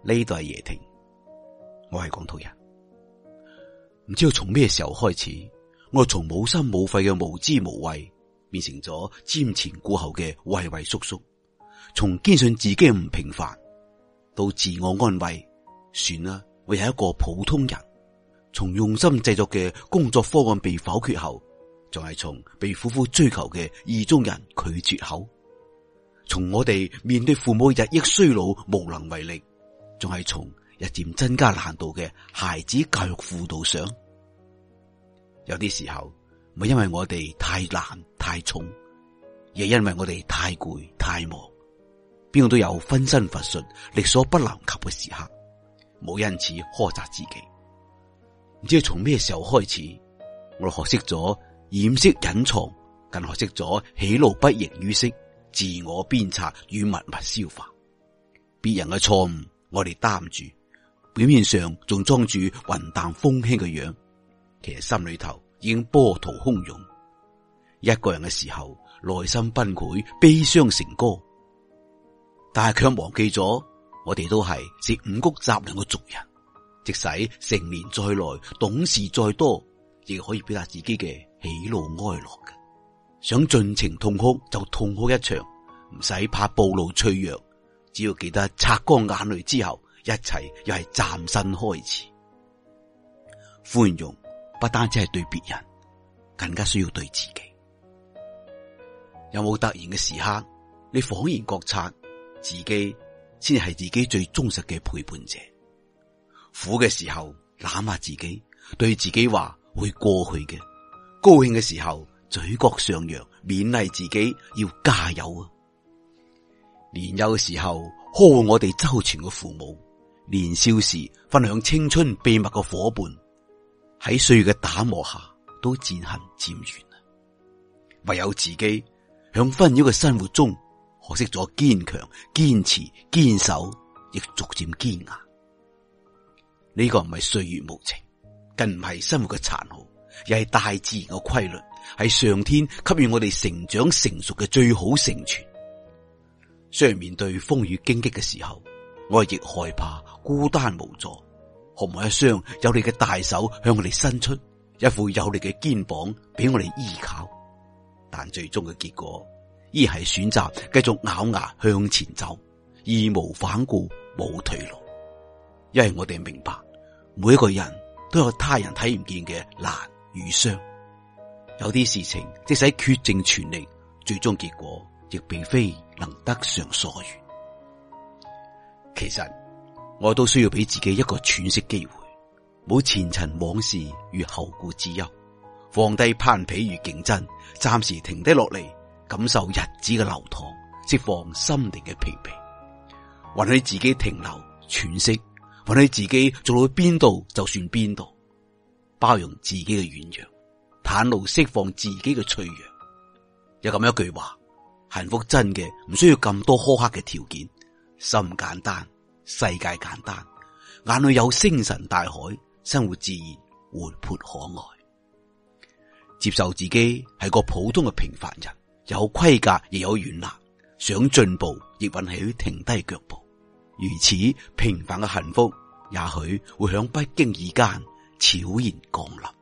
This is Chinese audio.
呢度係夜聽，我係廣土人。唔知道從咩時候開始，我從冇心冇肺嘅無知無畏，變成咗瞻前顧後嘅畏畏縮縮。從堅信自己嘅唔平凡，到自我安慰，算啦，我係一個普通人。從用心製作嘅工作方案被否決後，仲係從被苦苦追求嘅意中人拒絕口。從我哋面對父母日益衰老無能為力，仲係從日漸增加難度嘅孩子教育輔導上。有啲時候唔係因為我哋太難太重，而係因為我哋太攰太忙。邊個都有分身乏術力所不能及嘅時刻，冇因此苛責自己。唔知係從咩時候開始，我哋學識咗掩飾隱藏，更學識咗喜怒不形於色，自我鞭策與默默消化。別人嘅錯誤我哋擔住，表面上仲裝住雲淡風輕嘅樣，其實心裏頭已經波濤洶湧。一個人嘅時候，內心崩潰，悲傷成歌，但係卻忘記咗我哋都係食五穀雜糧嘅族人。即使成年再耐，懂事再多，亦可以表達自己嘅喜怒哀樂嘅。想盡情痛哭就痛哭一場，唔使怕暴露脆弱，只要記得擦乾眼淚之後，一切又係嶄新開始。寬容不單止係對別人，更加需要對自己。有冇突然嘅時刻，你恍然覺察自己先係自己最忠實嘅陪伴者？苦嘅時候攬下自己，對自己話會過去嘅；高興嘅時候嘴角上揚，勉勵自己要加油啊！年幼嘅時候呵護我哋周全嘅父母，年少時分享青春秘密嘅伙伴，喺歲月嘅打磨下都漸行漸遠。唯有自己響紛擾嘅生活中學識咗堅強、堅持、堅守，亦逐漸堅硬。呢個唔係歲月無情，更唔係生活嘅殘酷，而係大自然嘅規律，係上天給予我哋成長成熟嘅最好成全。雖然面對風雨荊棘嘅時候，我亦害怕孤單無助，渴望一雙有力嘅大手向我哋伸出，一副有力嘅肩膀俾我哋依靠。但最終嘅結果依係選擇繼續咬牙向前走，義無反顧，冇退路。因為我哋明白，每一個人都有他人睇唔見嘅難與傷。有啲事情即使竭盡全力，最終結果亦並非能得償所願。其實我都需要俾自己一個喘息機會，冇前塵往事與後顧之憂，放低攀比與競爭，暫時停低落嚟，感受日子嘅流淌，釋放心靈嘅疲憊，允許自己停留喘息，允許自己做到邊度就算邊度，包容自己嘅軟弱，袒露釋放自己嘅脆弱。有咁一句話，幸福真嘅唔需要咁多苛刻嘅條件，心簡單，世界簡單，眼裏有星辰大海，生活自然活潑可愛。接受自己係個普通嘅平凡人，有規格亦有軟肋，想進步亦允許停低腳步。如此平凡嘅幸福，也許會響不經意間悄然降臨。